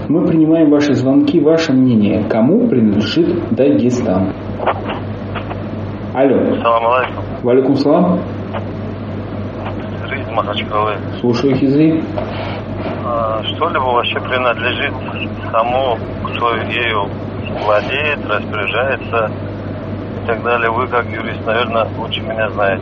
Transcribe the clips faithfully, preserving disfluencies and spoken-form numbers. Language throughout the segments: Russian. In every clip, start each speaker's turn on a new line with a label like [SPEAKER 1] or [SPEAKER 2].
[SPEAKER 1] Мы принимаем ваши звонки, ваше мнение. Кому принадлежит Дагестан? Алло.
[SPEAKER 2] Салам алейкум.
[SPEAKER 1] Валикум салам.
[SPEAKER 2] Из Махачкалы.
[SPEAKER 1] Слушаю, Хизри.
[SPEAKER 2] А, что-либо вообще принадлежит тому, кто ею владеет, распоряжается и так далее. Вы, как юрист, наверное, лучше меня знаете.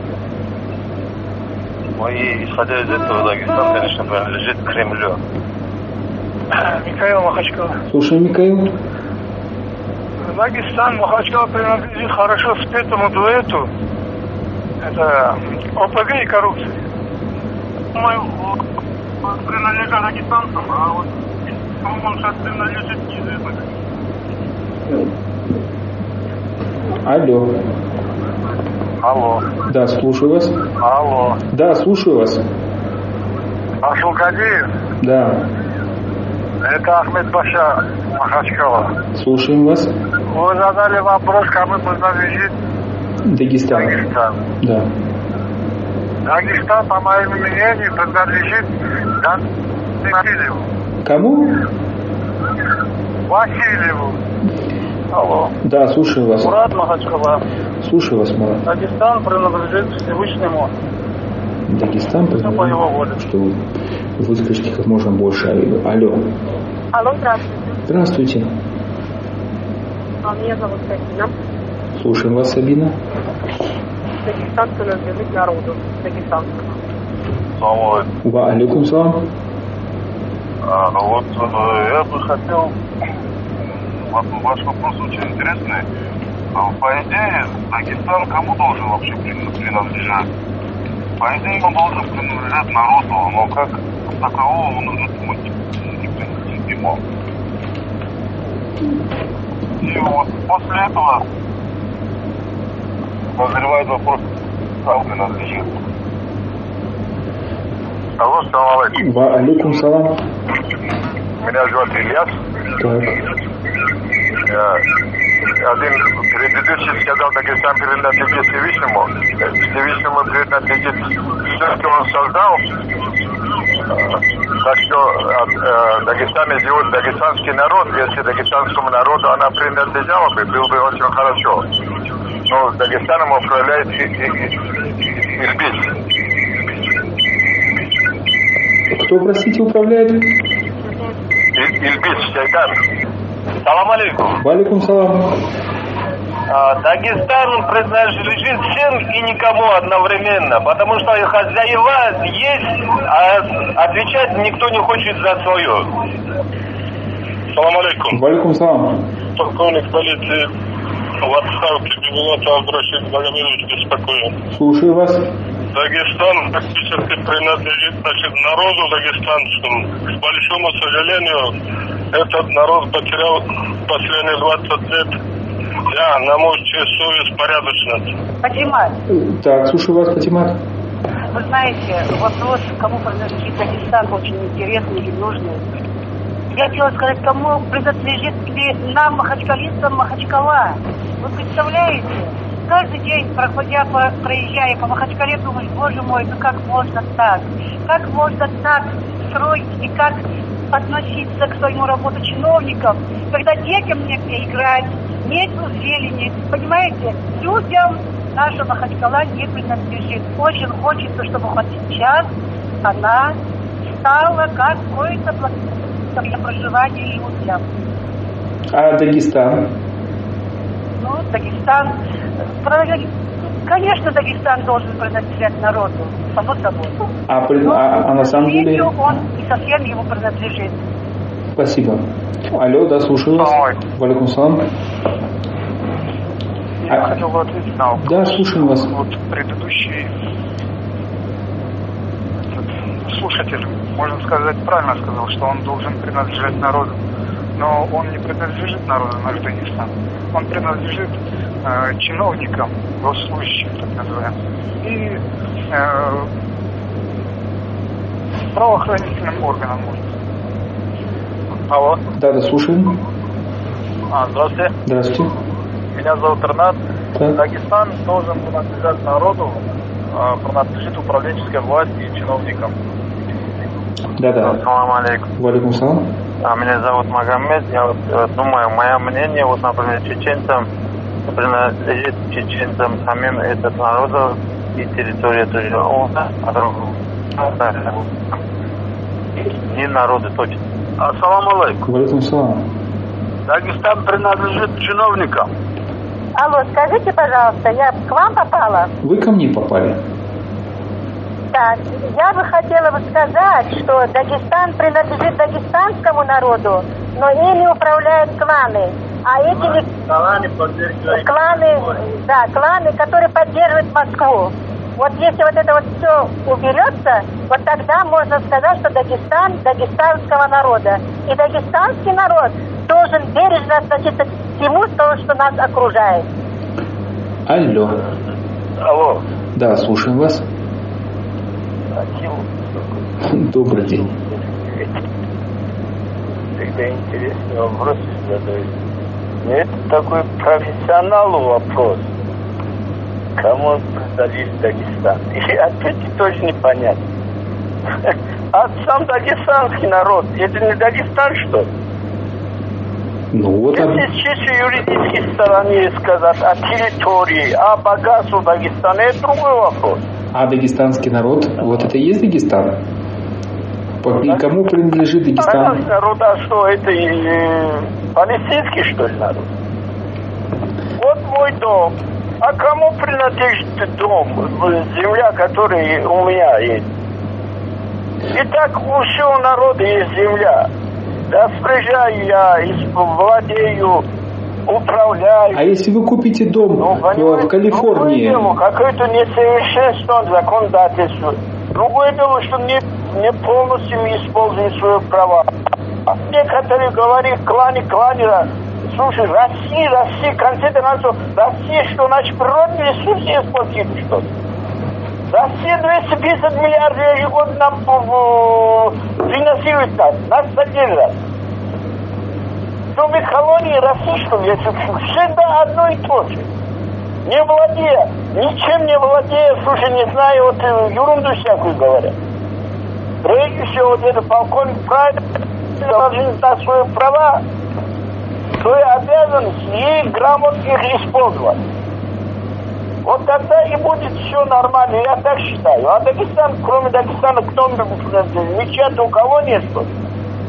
[SPEAKER 2] Ну и исходя из этого, Дагестан, конечно, принадлежит Кремлю.
[SPEAKER 3] Михаил, Махачкала.
[SPEAKER 1] Слушай, Михаил.
[SPEAKER 3] Дагестан, Махачкала принадлежит хорошо спетому дуэту. Это ОПГ и коррупция. Думаю, принадлежит дагестанцам, а вот кому он сейчас принадлежит, неизвестно.
[SPEAKER 1] Алло.
[SPEAKER 3] Алло.
[SPEAKER 1] Да, слушаю вас.
[SPEAKER 3] Алло.
[SPEAKER 1] Да, слушаю вас.
[SPEAKER 3] Ашулкадиев?
[SPEAKER 1] Да.
[SPEAKER 3] Это Ахмед Паша, Махачкала.
[SPEAKER 1] Слушаем вас.
[SPEAKER 3] Вы задали вопрос, кому принадлежит
[SPEAKER 1] Дагестан.
[SPEAKER 3] Дагестан.
[SPEAKER 1] Да.
[SPEAKER 3] Дагестан, по моему мнению, принадлежит Васильеву.
[SPEAKER 1] Кому?
[SPEAKER 3] Васильеву. Алло.
[SPEAKER 1] Да, слушаю вас.
[SPEAKER 3] Мурат, Махачкала.
[SPEAKER 1] Слушаю вас, Мурат.
[SPEAKER 3] Дагестан принадлежит Всевышнему.
[SPEAKER 1] Дагестан
[SPEAKER 3] По его воле.
[SPEAKER 1] что вы выскажете как можно больше. Алло.
[SPEAKER 4] Алло, здравствуйте.
[SPEAKER 1] Здравствуйте.
[SPEAKER 4] А меня зовут Сабина.
[SPEAKER 1] Слушаем вас, Сабина.
[SPEAKER 4] Дагестан принадлежит народу. Дагестанскому.
[SPEAKER 2] Салам алейкум.
[SPEAKER 1] Ва алейкум салам.
[SPEAKER 2] А, ну вот э, я бы хотел... Вот ваш вопрос очень интересный. По идее, Дагестан кому должен вообще принадлежать? По идее, он должен принадлежать народу, но как такового он уже думать не принадлежит ему. И вот после этого назревает вопрос, кому принадлежит. Алло, салам алейкум.
[SPEAKER 1] Ва алейкум салам.
[SPEAKER 2] Меня зовут Ильяс.
[SPEAKER 1] Так.
[SPEAKER 2] Один предыдущий сказал, Дагестан принадлежит Всевышнему. Всевышнему принадлежит все, что он создал. Так что э, Дагестан идет дагестанский народ. Если дагестанскому народу она принадлежала бы, было бы очень хорошо. Но Дагестаном управляет Ирбис.
[SPEAKER 1] Кто, простите, управляет?
[SPEAKER 2] Ирбис, Шайтан. Салам алейкум.
[SPEAKER 1] Ва алейкум салам.
[SPEAKER 2] Дагестан принадлежит всем и никому одновременно, потому что хозяева есть, а отвечать никто не хочет за свое. Салам алейкум.
[SPEAKER 1] Ва алейкум салам.
[SPEAKER 2] Полковник полиции в отставке Бибулата Абдрашид Магомедович беспокоен.
[SPEAKER 1] Слушаю вас.
[SPEAKER 2] Дагестан практически принадлежит, значит, народу дагестанскому. К большому сожалению, этот народ потерял последние двадцать лет. Да, на мой честь, совесть, порядочность.
[SPEAKER 4] Фатимат,
[SPEAKER 1] Так, слушаю вас, Фатимат.
[SPEAKER 4] вы знаете, вопрос, кому принадлежит Дагестан, очень интересный и нужный. Я хотела сказать, кому принадлежит ли нам, махачкалистам, Махачкала. Вы представляете? Каждый день, проходя, по, проезжая по Махачкале, думаешь, боже мой, ну как можно так? Как можно так строить и как относиться к своему работе чиновникам, когда детям негде играть, нету зелени. Понимаете, людям наша Махачкала не принадлежит. Очень хочется, чтобы хоть сейчас она стала какой-то для проживания людям.
[SPEAKER 1] А Дагестан?
[SPEAKER 4] Ну, Дагестан... Конечно, Дагестан должен принадлежать народу, само собой.
[SPEAKER 1] А, при... а, а на самом деле...
[SPEAKER 4] он не совсем ему принадлежит.
[SPEAKER 1] Спасибо. Алло, да, слушаю вас. Ва алейкум салам.
[SPEAKER 3] Я
[SPEAKER 1] А...
[SPEAKER 3] хотел бы ответить на вопрос.
[SPEAKER 1] Да, слушаю вас.
[SPEAKER 3] Вот предыдущий слушатель, можно сказать, правильно сказал, что он должен принадлежать народу. Но он не принадлежит народу, наш Дагестан. Он принадлежит э, чиновникам, госслужащим, так называемым, и э, правоохранительным органам. Алло.
[SPEAKER 1] Да, да, слушаем.
[SPEAKER 3] А, здравствуйте.
[SPEAKER 1] Здравствуйте.
[SPEAKER 3] Меня зовут Ренат.
[SPEAKER 1] Так.
[SPEAKER 3] Дагестан должен принадлежать народу, э, принадлежит управленческой власти и чиновникам.
[SPEAKER 1] Да, да.
[SPEAKER 2] Ассаламу алейкум.
[SPEAKER 1] Ва алейкум салам.
[SPEAKER 5] А меня зовут Магомед. Я вот э, думаю, мое мнение, вот, например, чеченцам, принадлежит чеченцам самим этот народ и территория тоже. Он, не народы точно.
[SPEAKER 2] Ассаламу алейкум.
[SPEAKER 1] Валикум салам.
[SPEAKER 2] Дагестан принадлежит чиновникам.
[SPEAKER 4] Алло, скажите, пожалуйста, я к вам попала?
[SPEAKER 1] Вы ко мне попали.
[SPEAKER 4] Так, я бы хотела бы сказать, что Дагестан принадлежит дагестанскому народу, но ими управляют кланы. А эти
[SPEAKER 2] Кланы поддерживают.
[SPEAKER 4] кланы, да, кланы, которые поддерживают Москву. Вот если вот это вот все уберется, вот тогда можно сказать, что Дагестан дагестанского народа. И дагестанский народ должен бережно относиться к всему, то, что нас окружает.
[SPEAKER 1] Алло.
[SPEAKER 2] Алло.
[SPEAKER 1] Да, слушаем вас. Добрый день.
[SPEAKER 5] Тогда интересный вопрос задают. Это такой профессионалу вопрос. Кому принадлежит Дагестан? И ответить тоже непонятно. А сам дагестанский народ, это не Дагестан, что ли?
[SPEAKER 1] Ну вот.
[SPEAKER 5] Если с чисто юридической стороны сказать о территории, о богатстве Дагестана, это другой вопрос.
[SPEAKER 1] А дагестанский народ, вот это и есть Дагестан? И кому принадлежит Дагестан?
[SPEAKER 5] Дагестанский народ, а что, это э, палестинский, что ли, народ? Вот мой дом. А кому принадлежит дом, земля, которая у меня есть? Итак, у всего народа есть земля. Распоряжаю я, владею, управляю.
[SPEAKER 1] А если вы купите дом
[SPEAKER 5] ну,
[SPEAKER 1] в Калифорнии?
[SPEAKER 5] Другое дело, какое-то несовершенство законодательства. Другое дело, что не, не полностью используют свои права. Некоторые говорят, клане, клане, слушай, Россия, Россия, в конце концов, Россия, что, значит, природные ресурсы эксплуатирует, что ли? Россия двести пятьдесят миллиардов ежегодно нам финансирует нас, нас содержат. Что мы колонии России, что ли? Это всегда одно и то же. Не владея, ничем не владея, слушай, не знаю, вот ерунду всякую говорят. Прежде всего, вот это полковник правильно должен на свои права, свои обязанности и грамотно их использовать. Вот тогда и будет все нормально, я так считаю. А Дагестан, кроме Дагестана, кто-нибудь, ничего-то у кого нет, что ли?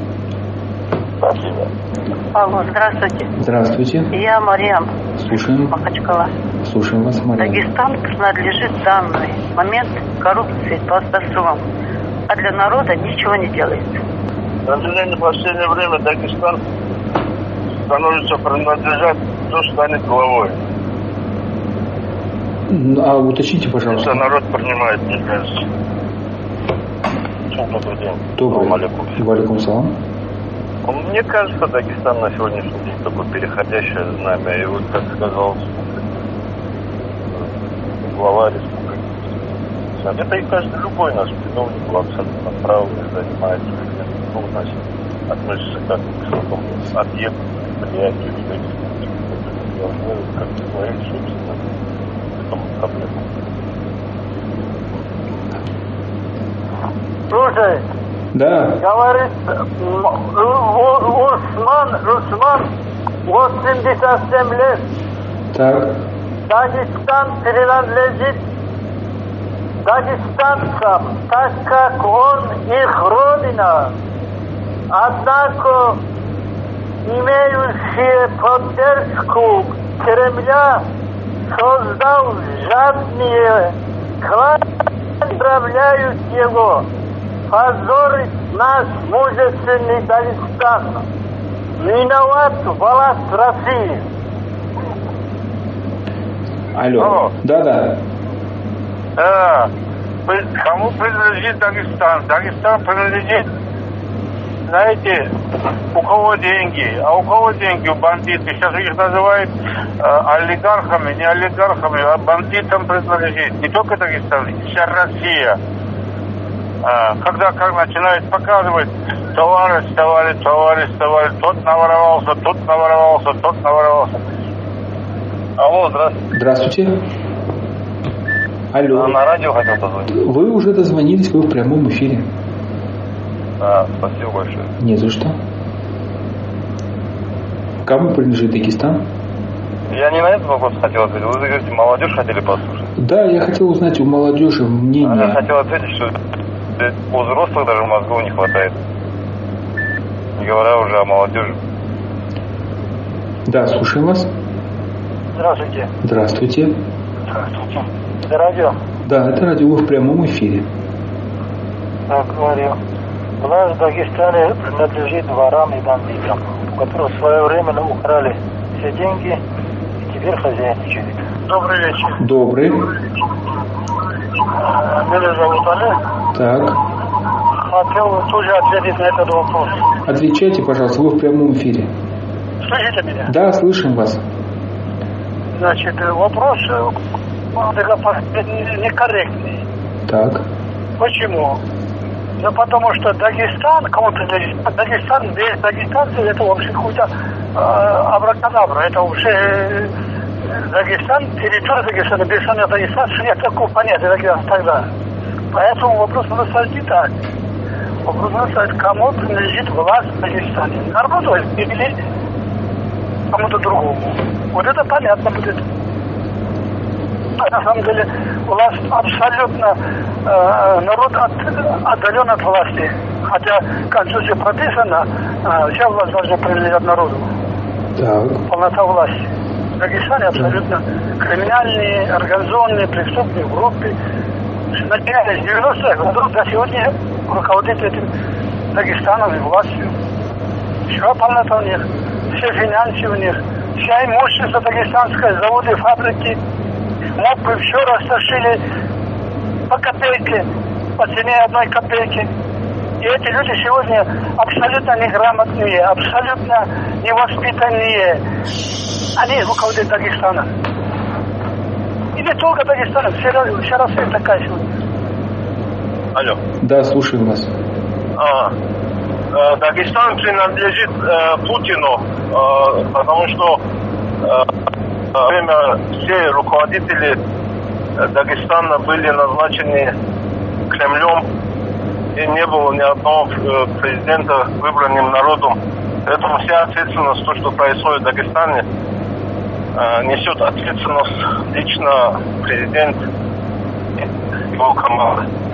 [SPEAKER 5] Спасибо.
[SPEAKER 4] Алло, здравствуйте.
[SPEAKER 1] Здравствуйте.
[SPEAKER 4] Я Мариам.
[SPEAKER 1] Слушаем.
[SPEAKER 4] Махачкала.
[SPEAKER 1] Слушаем вас, Мариам.
[SPEAKER 4] Дагестан принадлежит в данный момент коррупции, толстосумам, а для народа ничего не делается.
[SPEAKER 2] К сожалению, в последнее время Дагестан становится принадлежать, кто станет главой.
[SPEAKER 1] А уточните, пожалуйста.
[SPEAKER 2] Это народ принимает, мне кажется. Добрый день.
[SPEAKER 1] Добрый. Валикум салам.
[SPEAKER 2] Мне кажется, Дагестан на сегодняшний день такое переходящее знамя. И вот, как сказал глава республики, это и каждый, любой наш чиновник абсолютно правильно занимается, ну, значит, относится как к какому объекту, предприятию, как к своей собственности, к этому проблему.
[SPEAKER 5] Слушай,
[SPEAKER 1] да.
[SPEAKER 5] Говорит Усман, Усман, восемьдесят семь лет.
[SPEAKER 1] Так.
[SPEAKER 5] Дагестан принадлежит дагестанцам, так как он их родина. Однако имеющие поддержку Кремля создал жадные кланы, управляют его. Позорит наш мужественный Дагестан. Виноват власть России.
[SPEAKER 1] Алло.
[SPEAKER 2] Алло.
[SPEAKER 1] Да-да.
[SPEAKER 2] Да. Кому принадлежит Дагестан? Дагестан принадлежит, знаете, у кого деньги, а у кого деньги? У бандитов. Сейчас их называют э, олигархами, не олигархами, а бандитам принадлежит. Не только Дагестан, вся Россия. Когда как начинают показывать, товарищ, товарищ, товарищ, товарищ, тот наворовался, тот наворовался, тот наворовался. Алло, здравствуйте.
[SPEAKER 1] Здравствуйте. Алло.
[SPEAKER 2] А на радио хотел позвонить.
[SPEAKER 1] Вы уже дозвонились, вы в прямом эфире.
[SPEAKER 2] А, спасибо большое.
[SPEAKER 1] Не за что. Кому принадлежит Дагестан?
[SPEAKER 2] Я не на этот вопрос хотел ответить. Вы говорите, молодежь хотели послушать?
[SPEAKER 1] Да, я хотел узнать у молодежи мнение.
[SPEAKER 2] Я хотел ответить, что у взрослых даже мозгов не хватает. Не говоря уже о молодежи.
[SPEAKER 1] Да, слушаем вас.
[SPEAKER 3] Здравствуйте.
[SPEAKER 1] Здравствуйте.
[SPEAKER 3] Здравствуйте. Это радио?
[SPEAKER 1] Да, это радио, вы в прямом эфире.
[SPEAKER 3] Так говорю. Власть в Дагестане принадлежит ворам и бандитам, которые в свое время украли все деньги и теперь хозяйничают. Добрый вечер.
[SPEAKER 1] Добрый.
[SPEAKER 3] Меня зовут Олег.
[SPEAKER 1] Так.
[SPEAKER 3] Хотел тоже ответить на этот вопрос.
[SPEAKER 1] Отвечайте, пожалуйста, вы в прямом эфире.
[SPEAKER 3] Слышите меня?
[SPEAKER 1] Да, слышим вас.
[SPEAKER 3] Значит, вопрос некорректный.
[SPEAKER 1] Так.
[SPEAKER 3] Почему? Ну, потому что Дагестан, кому-то Дагестан, без дагестанцев, это вообще какой-то э, абракадабра. Это вообще э, Дагестан, территория Дагестана, без Дагестана, что нет такого понятия Дагестан тогда. Поэтому вопрос надо ставить не так. Вопрос надо ставить, кому принадлежит власть в Дагестане. Народу или кому-то другому. Вот это понятно будет. На самом деле власть абсолютно, э, народ от, отдален от власти. Хотя в Конституции прописано, э, вся власть должна принадлежать народу.
[SPEAKER 1] Так.
[SPEAKER 3] Полнота власти. В Дагестане абсолютно криминальные, организованные, преступные группы. Начиная с девяностых годов до сегодня руководит этим Дагестаном и властью. Все полнота у них, все финансы у них, вся имущество дагестанское, заводы, фабрики. Мопы все растащили по копейке, по цене одной копейки. И эти люди сегодня абсолютно неграмотные, абсолютно невоспитанные. Они руководят Дагестаном. И не только Дагестаном, вся, вся Россия такая сегодня.
[SPEAKER 2] Алло.
[SPEAKER 1] Да, слушаем вас.
[SPEAKER 2] А, э, Дагестан принадлежит э, Путину, э, потому что э, во время все руководители Дагестана были назначены Кремлем, и не было ни одного президента выбранным народом. Поэтому вся ответственность, то, что происходит в Дагестане, несет ответственность лично президент и его команда.